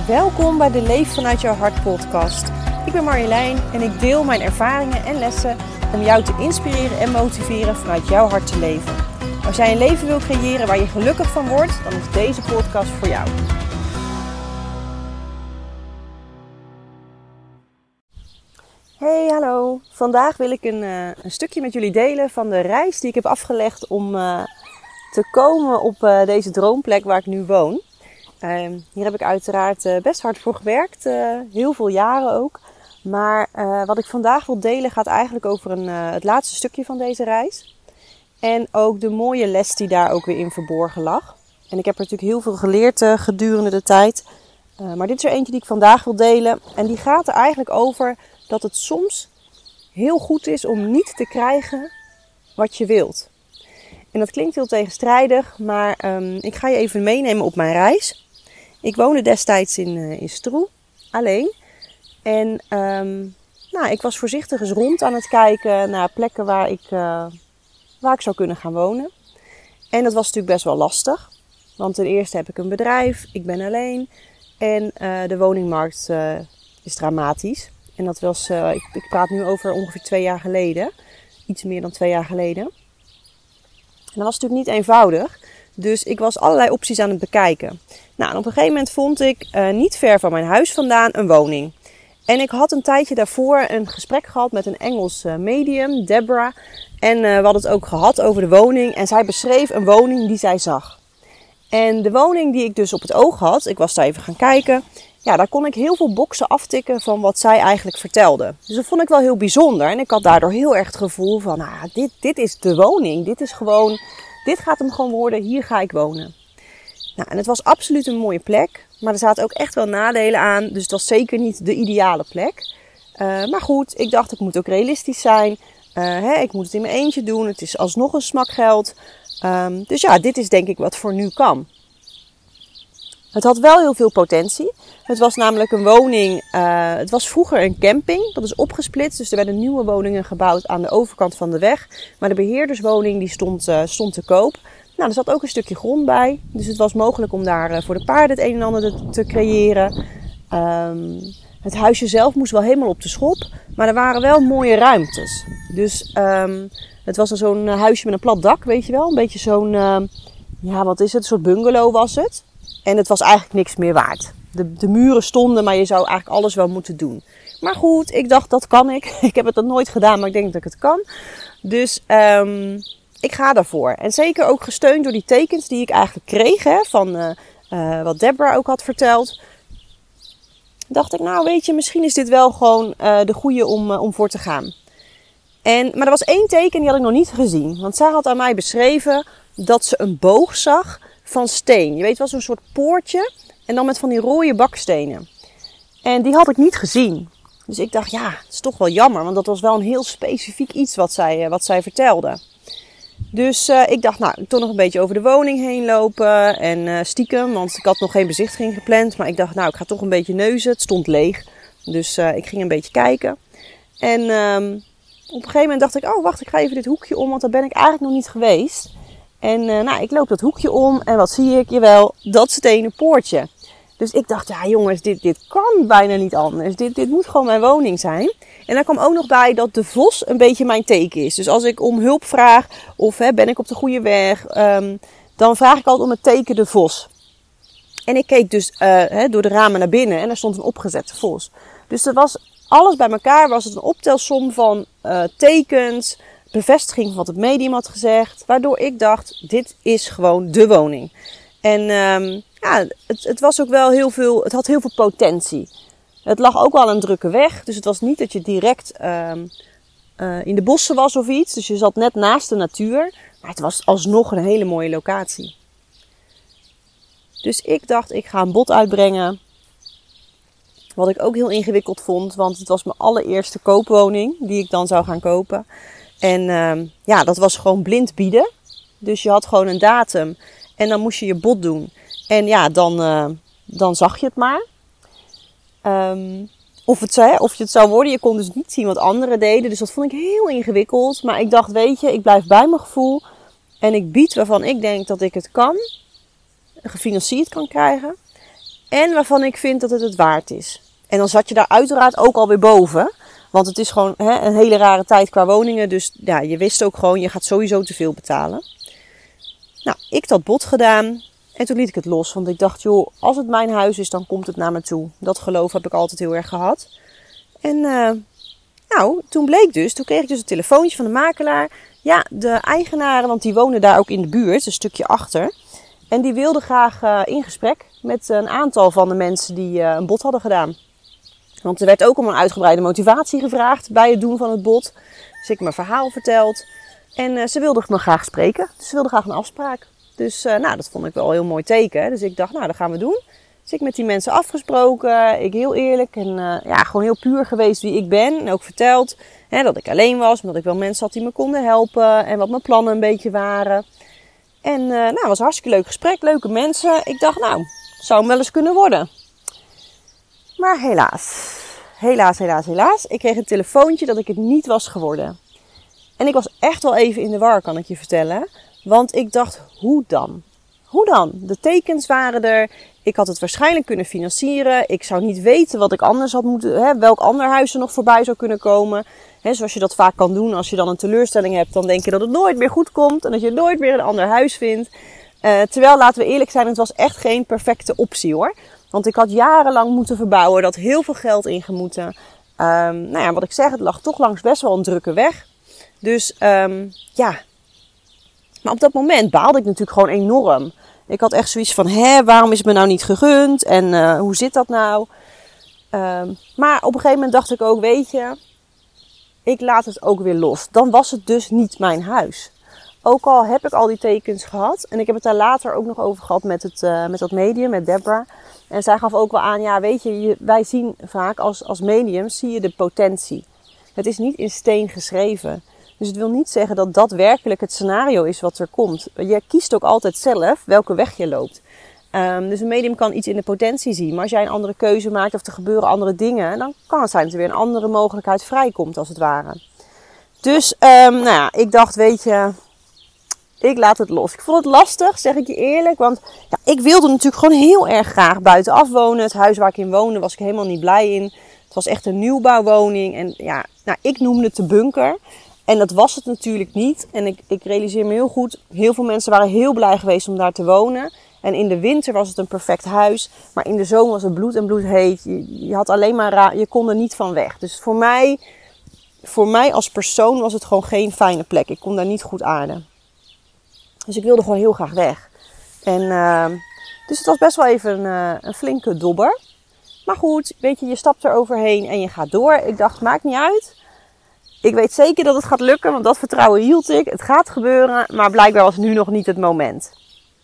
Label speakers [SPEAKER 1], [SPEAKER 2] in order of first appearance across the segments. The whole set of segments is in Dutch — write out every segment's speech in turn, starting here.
[SPEAKER 1] Welkom bij de Leef vanuit jouw hart podcast. Ik ben Marjolein en ik deel mijn ervaringen en lessen om jou te inspireren en motiveren vanuit jouw hart te leven. Als jij een leven wil creëren waar je gelukkig van wordt, dan is deze podcast voor jou. Hey, hallo. Vandaag wil ik een stukje met jullie delen van de reis die ik heb afgelegd om te komen op deze droomplek waar ik nu woon. Hier heb ik uiteraard best hard voor gewerkt, heel veel jaren ook. Maar wat ik vandaag wil delen gaat eigenlijk over het laatste stukje van deze reis. En ook de mooie les die daar ook weer in verborgen lag. En ik heb er natuurlijk heel veel geleerd gedurende de tijd. Maar dit is er eentje die ik vandaag wil delen. En die gaat er eigenlijk over dat het soms heel goed is om niet te krijgen wat je wilt. En dat klinkt heel tegenstrijdig, maar ik ga je even meenemen op mijn reis. Ik woonde destijds in Stroe, alleen. En ik was voorzichtig eens rond aan het kijken naar plekken waar ik zou kunnen gaan wonen. En dat was natuurlijk best wel lastig. Want ten eerste heb ik een bedrijf, ik ben alleen. En de woningmarkt is dramatisch. En dat was, ik praat nu over ongeveer 2 jaar geleden. Iets meer dan 2 jaar geleden. En dat was natuurlijk niet eenvoudig. Dus ik was allerlei opties aan het bekijken. Nou, en op een gegeven moment vond ik niet ver van mijn huis vandaan een woning. En ik had een tijdje daarvoor een gesprek gehad met een Engels medium, Deborah. En we hadden het ook gehad over de woning. En zij beschreef een woning die zij zag. En de woning die ik dus op het oog had, ik was daar even gaan kijken. Ja, daar kon ik heel veel boxen aftikken van wat zij eigenlijk vertelde. Dus dat vond ik wel heel bijzonder. En ik had daardoor heel erg het gevoel van, dit is de woning. Dit gaat hem gewoon worden, hier ga ik wonen. Nou, en het was absoluut een mooie plek. Maar er zaten ook echt wel nadelen aan. Dus het was zeker niet de ideale plek. Maar goed, ik dacht, ik moet ook realistisch zijn. Ik moet het in mijn eentje doen. Het is alsnog een smak geld. Dus ja, dit is denk ik wat voor nu kan. Het had wel heel veel potentie. Het was namelijk een woning, het was vroeger een camping. Dat is opgesplitst, dus er werden nieuwe woningen gebouwd aan de overkant van de weg. Maar de beheerderswoning die stond te koop. Nou, er zat ook een stukje grond bij. Dus het was mogelijk om daar voor de paarden het een en ander te creëren. Het huisje zelf moest wel helemaal op de schop. Maar er waren wel mooie ruimtes. Dus het was zo'n huisje met een plat dak, weet je wel. Een beetje zo'n, een soort bungalow was het. En het was eigenlijk niks meer waard. De muren stonden, maar je zou eigenlijk alles wel moeten doen. Maar goed, ik dacht, dat kan ik. Ik heb het nog nooit gedaan, maar ik denk dat ik het kan. Dus ik ga daarvoor. En zeker ook gesteund door die tekens die ik eigenlijk kreeg. Van wat Deborah ook had verteld. Dacht ik, nou weet je, misschien is dit wel gewoon de goede om voor te gaan. Maar er was 1 teken die had ik nog niet gezien. Want zij had aan mij beschreven dat ze een boog zag van steen. Je weet wel, zo'n soort poortje. En dan met van die rode bakstenen. En die had ik niet gezien. Dus ik dacht, ja, het is toch wel jammer. Want dat was wel een heel specifiek iets wat zij vertelde. Dus ik dacht, nou, toch nog een beetje over de woning heen lopen. En stiekem, want ik had nog geen bezichtiging gepland. Maar ik dacht, nou, ik ga toch een beetje neuzen. Het stond leeg. Dus ik ging een beetje kijken. En op een gegeven moment dacht ik, oh wacht, ik ga even dit hoekje om. Want daar ben ik eigenlijk nog niet geweest. En ik loop dat hoekje om en wat zie ik? Jawel, dat stenen poortje. Dus ik dacht, ja jongens, dit kan bijna niet anders. Dit moet gewoon mijn woning zijn. En daar kwam ook nog bij dat de vos een beetje mijn teken is. Dus als ik om hulp vraag of ben ik op de goede weg, dan vraag ik altijd om het teken de vos. En ik keek dus door de ramen naar binnen en er stond een opgezette vos. Dus er was alles bij elkaar, was het een optelsom van tekens, bevestiging van wat het medium had gezegd. Waardoor ik dacht, dit is gewoon de woning. En het was ook wel heel veel, het had heel veel potentie. Het lag ook wel aan een drukke weg. Dus het was niet dat je direct in de bossen was of iets. Dus je zat net naast de natuur. Maar het was alsnog een hele mooie locatie. Dus ik dacht, ik ga een bod uitbrengen. Wat ik ook heel ingewikkeld vond. Want het was mijn allereerste koopwoning die ik dan zou gaan kopen. En dat was gewoon blind bieden. Dus je had gewoon een datum. En dan moest je je bod doen. En ja, dan zag je het maar. Of je het zou worden. Je kon dus niet zien wat anderen deden. Dus dat vond ik heel ingewikkeld. Maar ik dacht, weet je, ik blijf bij mijn gevoel. En ik bied waarvan ik denk dat ik het kan. Gefinancierd kan krijgen. En waarvan ik vind dat het het waard is. En dan zat je daar uiteraard ook alweer boven. Want het is gewoon een hele rare tijd qua woningen. Dus ja, je wist ook gewoon, je gaat sowieso te veel betalen. Nou, ik dat bod gedaan. En toen liet ik het los. Want ik dacht, joh, als het mijn huis is, dan komt het naar me toe. Dat geloof heb ik altijd heel erg gehad. En toen kreeg ik dus een telefoontje van de makelaar. Ja, de eigenaren, want die wonen daar ook in de buurt, een stukje achter. En die wilden graag in gesprek met een aantal van de mensen die een bod hadden gedaan. Want er werd ook om een uitgebreide motivatie gevraagd bij het doen van het bod. Dus ik heb mijn verhaal verteld. En ze wilden me graag spreken. Dus ze wilden graag een afspraak. Dus dat vond ik wel een heel mooi teken. Dus ik dacht, dat gaan we doen. Dus ik met die mensen afgesproken. Ik heel eerlijk en gewoon heel puur geweest wie ik ben. En ook verteld dat ik alleen was. Maar dat ik wel mensen had die me konden helpen. En wat mijn plannen een beetje waren. En het was een hartstikke leuk gesprek. Leuke mensen. Ik dacht, zou hem wel eens kunnen worden. Maar helaas. Ik kreeg een telefoontje dat ik het niet was geworden. En ik was echt wel even in de war, kan ik je vertellen. Want ik dacht, hoe dan? Hoe dan? De tekens waren er. Ik had het waarschijnlijk kunnen financieren. Ik zou niet weten wat ik anders had moeten... welk ander huis er nog voorbij zou kunnen komen. Zoals je dat vaak kan doen. Als je dan een teleurstelling hebt, dan denk je dat het nooit meer goed komt. En dat je nooit meer een ander huis vindt. Terwijl, laten we eerlijk zijn, het was echt geen perfecte optie hoor. Want ik had jarenlang moeten verbouwen. Er had heel veel geld ingemoeten. Wat ik zeg, het lag toch langs best wel een drukke weg. Dus Maar op dat moment baalde ik natuurlijk gewoon enorm. Ik had echt zoiets van, waarom is het me nou niet gegund? En hoe zit dat nou? Maar op een gegeven moment dacht ik ook, weet je, ik laat het ook weer los. Dan was het dus niet mijn huis. Ook al heb ik al die tekens gehad. En ik heb het daar later ook nog over gehad met dat medium, met Deborah. En zij gaf ook wel aan, weet je, wij zien vaak als mediums, zie je de potentie. Het is niet in steen geschreven. Dus het wil niet zeggen dat dat werkelijk het scenario is wat er komt. Je kiest ook altijd zelf welke weg je loopt. Dus een medium kan iets in de potentie zien. Maar als jij een andere keuze maakt of er gebeuren andere dingen, dan kan het zijn dat er weer een andere mogelijkheid vrijkomt als het ware. Dus ik dacht, weet je, ik laat het los. Ik vond het lastig, zeg ik je eerlijk. Want ik wilde natuurlijk gewoon heel erg graag buitenaf wonen. Het huis waar ik in woonde was ik helemaal niet blij in. Het was echt een nieuwbouwwoning. En ik noemde het de bunker. En dat was het natuurlijk niet. En ik realiseer me heel goed, heel veel mensen waren heel blij geweest om daar te wonen. En in de winter was het een perfect huis. Maar in de zomer was het bloed en bloed heet. Je had alleen maar je kon er niet van weg. Dus voor mij als persoon was het gewoon geen fijne plek. Ik kon daar niet goed aarden. Dus ik wilde gewoon heel graag weg. En dus het was best wel even een flinke dobber. Maar goed, weet je stapt er overheen en je gaat door. Ik dacht, maakt niet uit. Ik weet zeker dat het gaat lukken, want dat vertrouwen hield ik. Het gaat gebeuren, maar blijkbaar was nu nog niet het moment.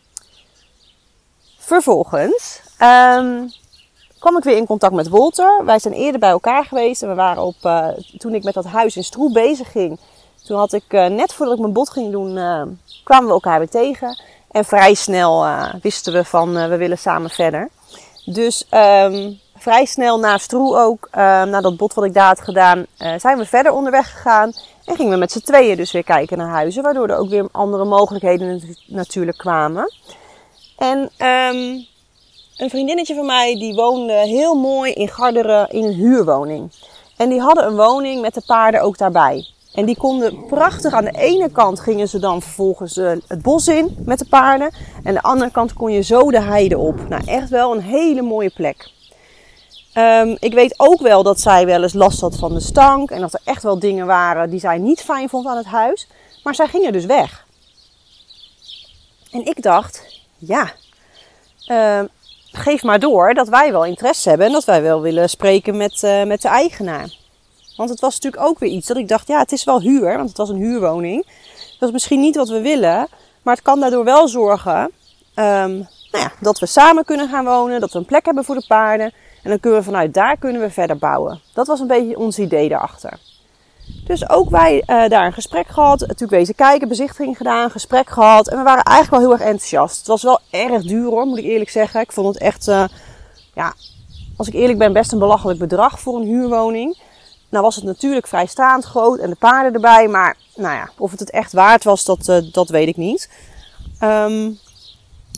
[SPEAKER 1] Vervolgens kwam ik weer in contact met Walter. Wij zijn eerder bij elkaar geweest en we waren toen ik met dat huis in Stroe bezig ging. Toen had ik, net voordat ik mijn bod ging doen, kwamen we elkaar weer tegen. En vrij snel wisten we van, we willen samen verder. Dus vrij snel na Stroe ook, na dat bod wat ik daar had gedaan, zijn we verder onderweg gegaan. En gingen we met z'n tweeën dus weer kijken naar huizen. Waardoor er ook weer andere mogelijkheden natuurlijk kwamen. En een vriendinnetje van mij, die woonde heel mooi in Garderen in een huurwoning. En die hadden een woning met de paarden ook daarbij. En die konden prachtig, aan de ene kant gingen ze dan vervolgens het bos in met de paarden. En aan de andere kant kon je zo de heide op. Nou, echt wel een hele mooie plek. Ik weet ook wel dat zij wel eens last had van de stank. En dat er echt wel dingen waren die zij niet fijn vond aan het huis. Maar zij gingen dus weg. En ik dacht, geef maar door dat wij wel interesse hebben. En dat wij wel willen spreken met de eigenaar. Want het was natuurlijk ook weer iets dat ik dacht, het is wel huur. Want het was een huurwoning. Dat is misschien niet wat we willen. Maar het kan daardoor wel zorgen dat we samen kunnen gaan wonen. Dat we een plek hebben voor de paarden. En dan kunnen we vanuit daar verder bouwen. Dat was een beetje ons idee daarachter. Dus ook wij daar een gesprek gehad. Natuurlijk wezen kijken, bezichtiging gedaan, gesprek gehad. En we waren eigenlijk wel heel erg enthousiast. Het was wel erg duur hoor, moet ik eerlijk zeggen. Ik vond het echt, als ik eerlijk ben, best een belachelijk bedrag voor een huurwoning. Nou was het natuurlijk vrijstaand groot en de paarden erbij. Maar of het echt waard was, dat weet ik niet.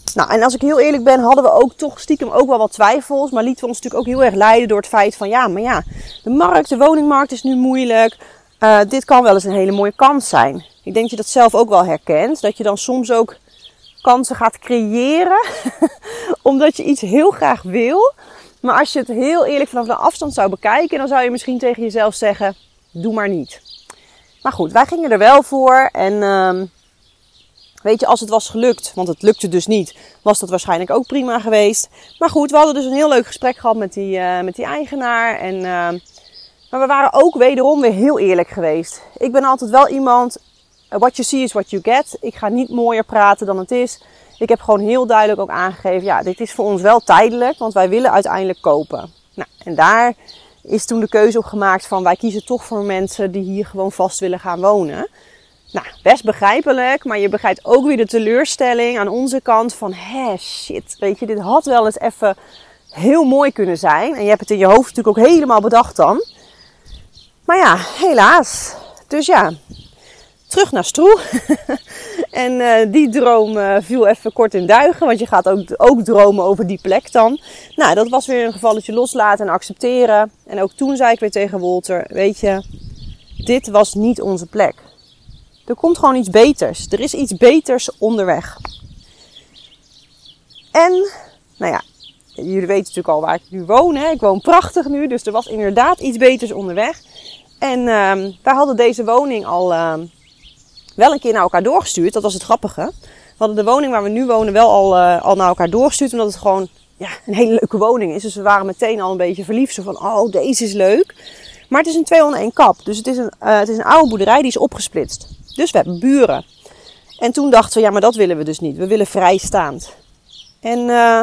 [SPEAKER 1] Nou, en als ik heel eerlijk ben, hadden we ook toch stiekem ook wel wat twijfels. Maar lieten we ons natuurlijk ook heel erg leiden door het feit van de woningmarkt is nu moeilijk. Dit kan wel eens een hele mooie kans zijn. Ik denk dat je dat zelf ook wel herkent. Dat je dan soms ook kansen gaat creëren. Omdat je iets heel graag wil. Maar als je het heel eerlijk vanaf de afstand zou bekijken, dan zou je misschien tegen jezelf zeggen, doe maar niet. Maar goed, wij gingen er wel voor. En weet je, als het was gelukt, want het lukte dus niet, was dat waarschijnlijk ook prima geweest. Maar goed, we hadden dus een heel leuk gesprek gehad met die eigenaar. Maar we waren ook wederom weer heel eerlijk geweest. Ik ben altijd wel iemand, what you see is what you get. Ik ga niet mooier praten dan het is. Ik heb gewoon heel duidelijk ook aangegeven, dit is voor ons wel tijdelijk, want wij willen uiteindelijk kopen. Nou, en daar is toen de keuze op gemaakt van, wij kiezen toch voor mensen die hier gewoon vast willen gaan wonen. Nou, best begrijpelijk, maar je begrijpt ook weer de teleurstelling aan onze kant van, shit, weet je, dit had wel eens even heel mooi kunnen zijn. En je hebt het in je hoofd natuurlijk ook helemaal bedacht dan. Maar ja, helaas. Dus ja, terug naar Stroe. En die droom viel even kort in duigen, want je gaat ook dromen over die plek dan. Nou, dat was weer een gevalletje loslaten en accepteren. En ook toen zei ik weer tegen Walter, weet je, dit was niet onze plek. Er komt gewoon iets beters. Er is iets beters onderweg. En, nou ja, jullie weten natuurlijk al waar ik nu woon. Hè? Ik woon prachtig nu, dus er was inderdaad iets beters onderweg. En wij hadden deze woning al wel een keer naar elkaar doorgestuurd. Dat was het grappige. We hadden de woning waar we nu wonen wel al naar elkaar doorgestuurd. Omdat het gewoon een hele leuke woning is. Dus we waren meteen al een beetje verliefd. Zo van, oh, deze is leuk. Maar het is een 2-in-1 kap. Dus het is een oude boerderij die is opgesplitst. Dus we hebben buren. En toen dachten we, maar dat willen we dus niet. We willen vrijstaand. En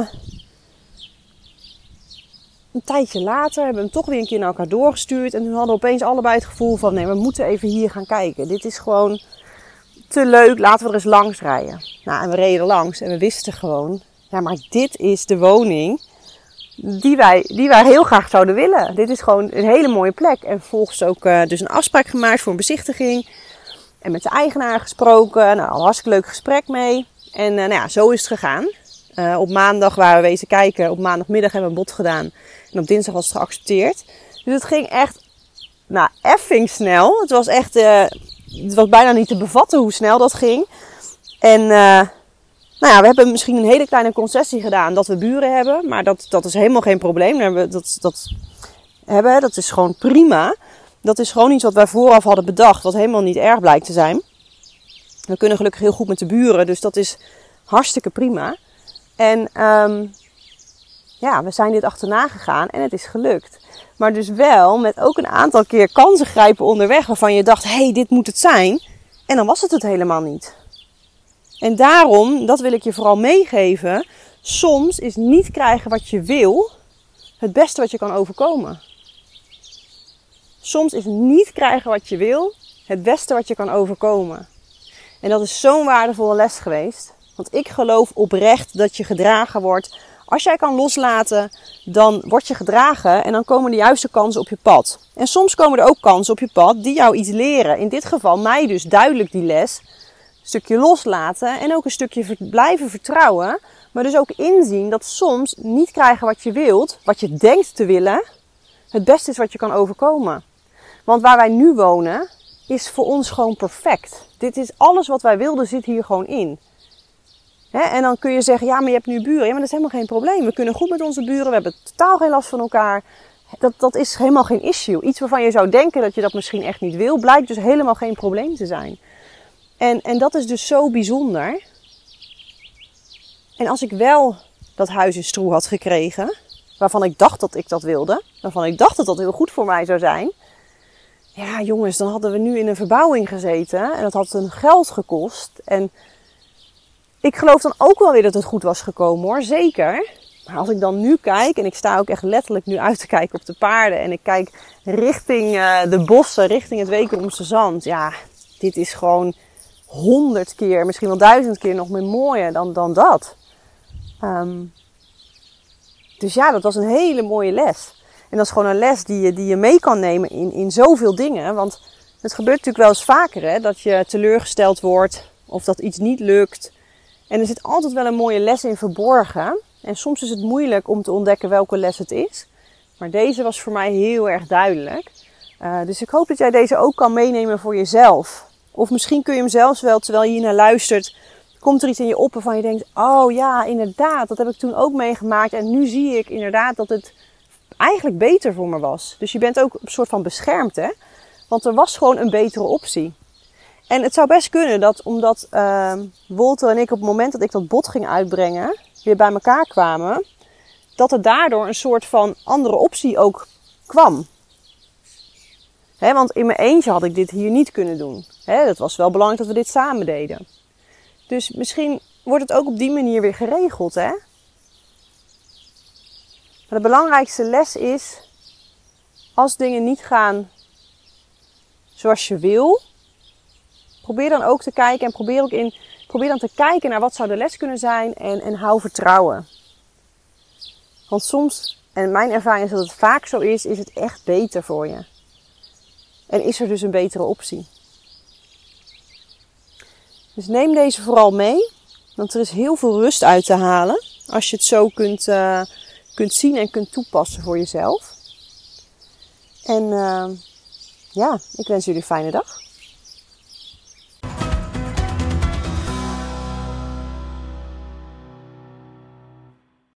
[SPEAKER 1] een tijdje later hebben we hem toch weer een keer naar elkaar doorgestuurd. En toen hadden we opeens allebei het gevoel van, nee, we moeten even hier gaan kijken. Dit is gewoon te leuk, laten we er eens langs rijden. Nou, en we reden langs en we wisten gewoon, maar dit is de woning die wij heel graag zouden willen. Dit is gewoon een hele mooie plek. En vervolgens ook dus een afspraak gemaakt voor een bezichtiging. En met de eigenaar gesproken. Nou, een hartstikke leuk gesprek mee. En zo is het gegaan. Op maandag waren we wezen kijken. Op maandagmiddag hebben we een bod gedaan. En op dinsdag was het geaccepteerd. Dus het ging echt, effing snel. Het was echt, het was bijna niet te bevatten hoe snel dat ging. En we hebben misschien een hele kleine concessie gedaan dat we buren hebben. Maar dat is helemaal geen probleem. Dat is gewoon prima. Dat is gewoon iets wat wij vooraf hadden bedacht, wat helemaal niet erg blijkt te zijn. We kunnen gelukkig heel goed met de buren, dus dat is hartstikke prima. En we zijn dit achterna gegaan en het is gelukt. Maar dus wel met ook een aantal keer kansen grijpen onderweg waarvan je dacht, dit moet het zijn. En dan was het helemaal niet. En daarom, dat wil ik je vooral meegeven, soms is niet krijgen wat je wil het beste wat je kan overkomen. Soms is niet krijgen wat je wil het beste wat je kan overkomen. En dat is zo'n waardevolle les geweest. Want ik geloof oprecht dat je gedragen wordt. Als jij kan loslaten, dan word je gedragen en dan komen de juiste kansen op je pad. En soms komen er ook kansen op je pad die jou iets leren. In dit geval mij dus duidelijk die les. Een stukje loslaten en ook een stukje blijven vertrouwen. Maar dus ook inzien dat soms niet krijgen wat je wilt, wat je denkt te willen, het beste is wat je kan overkomen. Want waar wij nu wonen is voor ons gewoon perfect. Dit is alles wat wij wilden zit hier gewoon in. En dan kun je zeggen, maar je hebt nu buren. Ja, maar dat is helemaal geen probleem. We kunnen goed met onze buren. We hebben totaal geen last van elkaar. Dat is helemaal geen issue. Iets waarvan je zou denken dat je dat misschien echt niet wil, blijkt dus helemaal geen probleem te zijn. En dat is dus zo bijzonder. En als ik wel dat huis in Stroe had gekregen, waarvan ik dacht dat ik dat wilde, waarvan ik dacht dat dat heel goed voor mij zou zijn, ja jongens, dan hadden we nu in een verbouwing gezeten en dat had een geld gekost. En ik geloof dan ook wel weer dat het goed was gekomen hoor, zeker. Maar als ik dan nu kijk, en ik sta ook echt letterlijk nu uit te kijken op de paarden en ik kijk richting de bossen, richting het Wekeromse Zand. Ja, dit is gewoon 100 keer, misschien wel 1000 keer nog meer mooier dan dat. Dus ja, dat was een hele mooie les. En dat is gewoon een les die je mee kan nemen in zoveel dingen. Want het gebeurt natuurlijk wel eens vaker hè, dat je teleurgesteld wordt of dat iets niet lukt. En er zit altijd wel een mooie les in verborgen. En soms is het moeilijk om te ontdekken welke les het is. Maar deze was voor mij heel erg duidelijk. Dus ik hoop dat jij deze ook kan meenemen voor jezelf. Of misschien kun je hem zelfs wel, terwijl je hier naar luistert, komt er iets in je op waarvan je denkt, oh ja, inderdaad, dat heb ik toen ook meegemaakt. En nu zie ik inderdaad dat het eigenlijk beter voor me was. Dus je bent ook een soort van beschermd, hè. Want er was gewoon een betere optie. En het zou best kunnen dat omdat Wolter en ik op het moment dat ik dat bod ging uitbrengen, weer bij elkaar kwamen, dat er daardoor een soort van andere optie ook kwam. Want in mijn eentje had ik dit hier niet kunnen doen. Het was wel belangrijk dat we dit samen deden. Dus misschien wordt het ook op die manier weer geregeld. Hè? Maar de belangrijkste les is, als dingen niet gaan zoals je wil, probeer dan ook te kijken en probeer dan te kijken naar wat zou de les kunnen zijn en hou vertrouwen. Want soms, en mijn ervaring is dat het vaak zo is het echt beter voor je. En is er dus een betere optie. Dus neem deze vooral mee, want er is heel veel rust uit te halen als je het zo kunt zien en kunt toepassen voor jezelf. En ik wens jullie een fijne dag.